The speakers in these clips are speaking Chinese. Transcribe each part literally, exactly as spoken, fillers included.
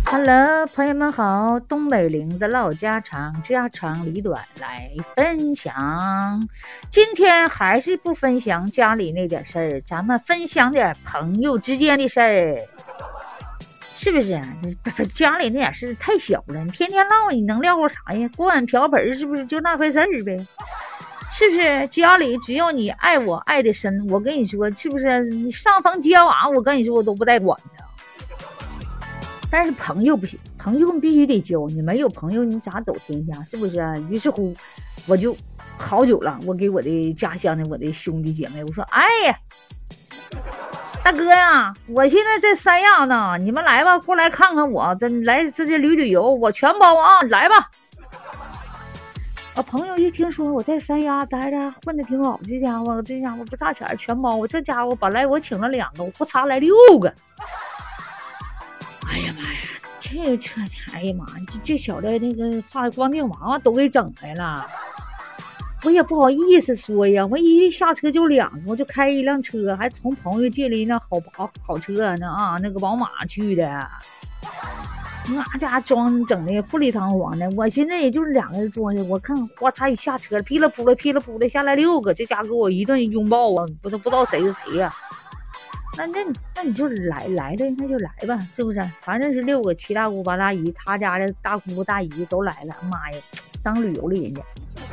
Hello， 朋友们好，东北玲子唠家常，家长里短来分享。今天还是不分享家里那点事儿，咱们分享点朋友之间的事儿，是不是？家里那点事太小了，你天天唠，你能唠过啥呀？锅碗瓢盆是不是就那回事儿呗？是不是？家里只要你爱我爱的深，我跟你说，是不是？你上房揭瓦，我跟你说，我都不带管的。但是朋友不行，朋友必须得交，你没有朋友你咋走天下，是不是？于是乎我就好久了，我给我的家乡的我的兄弟姐妹我说，哎呀大哥呀，我现在在三亚呢，你们来吧，过来看看我，咱来这些旅旅游，我全包啊，来吧。我朋友一听说我在三亚待着混得挺好，这家伙这家伙不差钱全包，我这家伙本来我请了两个，我不差来六个。哎呀妈呀，这这哎呀妈，这这小的那个发光腚娃娃都给整来了，我也不好意思说呀，我一下车就两个，我就开一辆车，还从朋友借了一辆好好好车呢啊，那个宝马去的，那家装整的富丽堂皇的，我现在也就是两个人坐下，我看哗嚓一下车，噼里扑啦噼里扑啦下来六个，这家给我一顿拥抱啊，不都不知道谁是谁呀、啊。那那那你就来来了，那就来吧，是不是？反正是六个七大姑八大姨，他家的大姑大姨都来了，妈呀，当旅游了人家。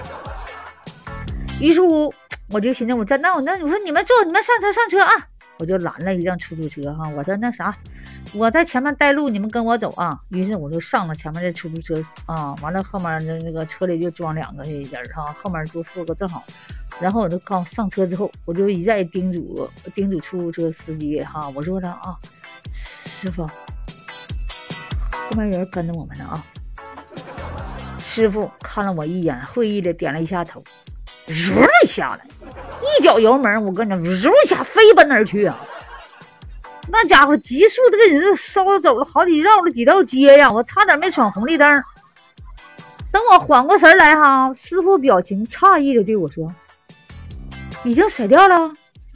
于是乎，我就寻思，我在那我那我说你们坐，你们上车上车啊！我就拦了一辆出租车哈，我说那啥，我在前面带路，你们跟我走啊。于是我就上了前面的出租车啊，完了后面的那个车里就装两个人哈，后面坐四个正好。然后我就刚上车之后，我就一再叮嘱叮嘱出租车司机哈，我说他啊，师傅，后面有人跟着我们呢啊。师傅看了我一眼，会意的点了一下头，揉一下子，一脚油门，我跟你揉一下飞奔而去啊！那家伙急速的跟人嗖走了好几绕了几道街呀，我差点没闯红绿灯。等我缓过神来哈，师傅表情诧异的对我说。已经甩掉了，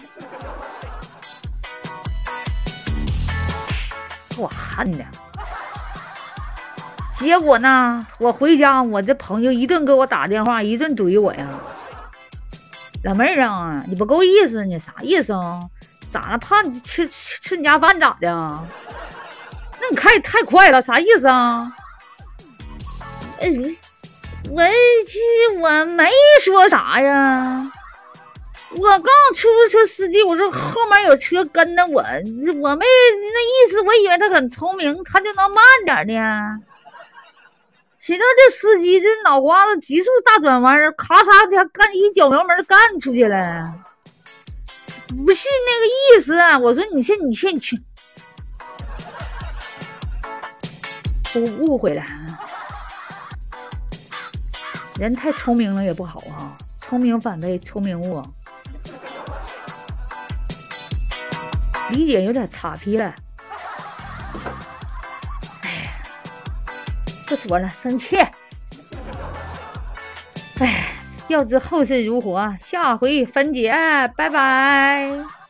我恨的。结果呢，我回家，我这朋友一顿给我打电话，一顿怼我呀。老妹儿啊，你不够意思，你啥意思啊？咋了？怕你吃吃吃你家饭咋的？那你开太快了，啥意思啊？哎，我这我没说啥呀。我刚出租车司机，我说后面有车跟着我，我没那意思，我以为他很聪明，他就能慢点呢。谁知道这司机这脑瓜子急速大转弯，咔嚓的干一脚油门干出去了，不是那个意思。我说你先你先去，我误会了，人太聪明了也不好啊，聪明反被聪明误。理解有点差皮了，哎呀，不说了，生气。哎，要知后事如何，下回分解，拜拜。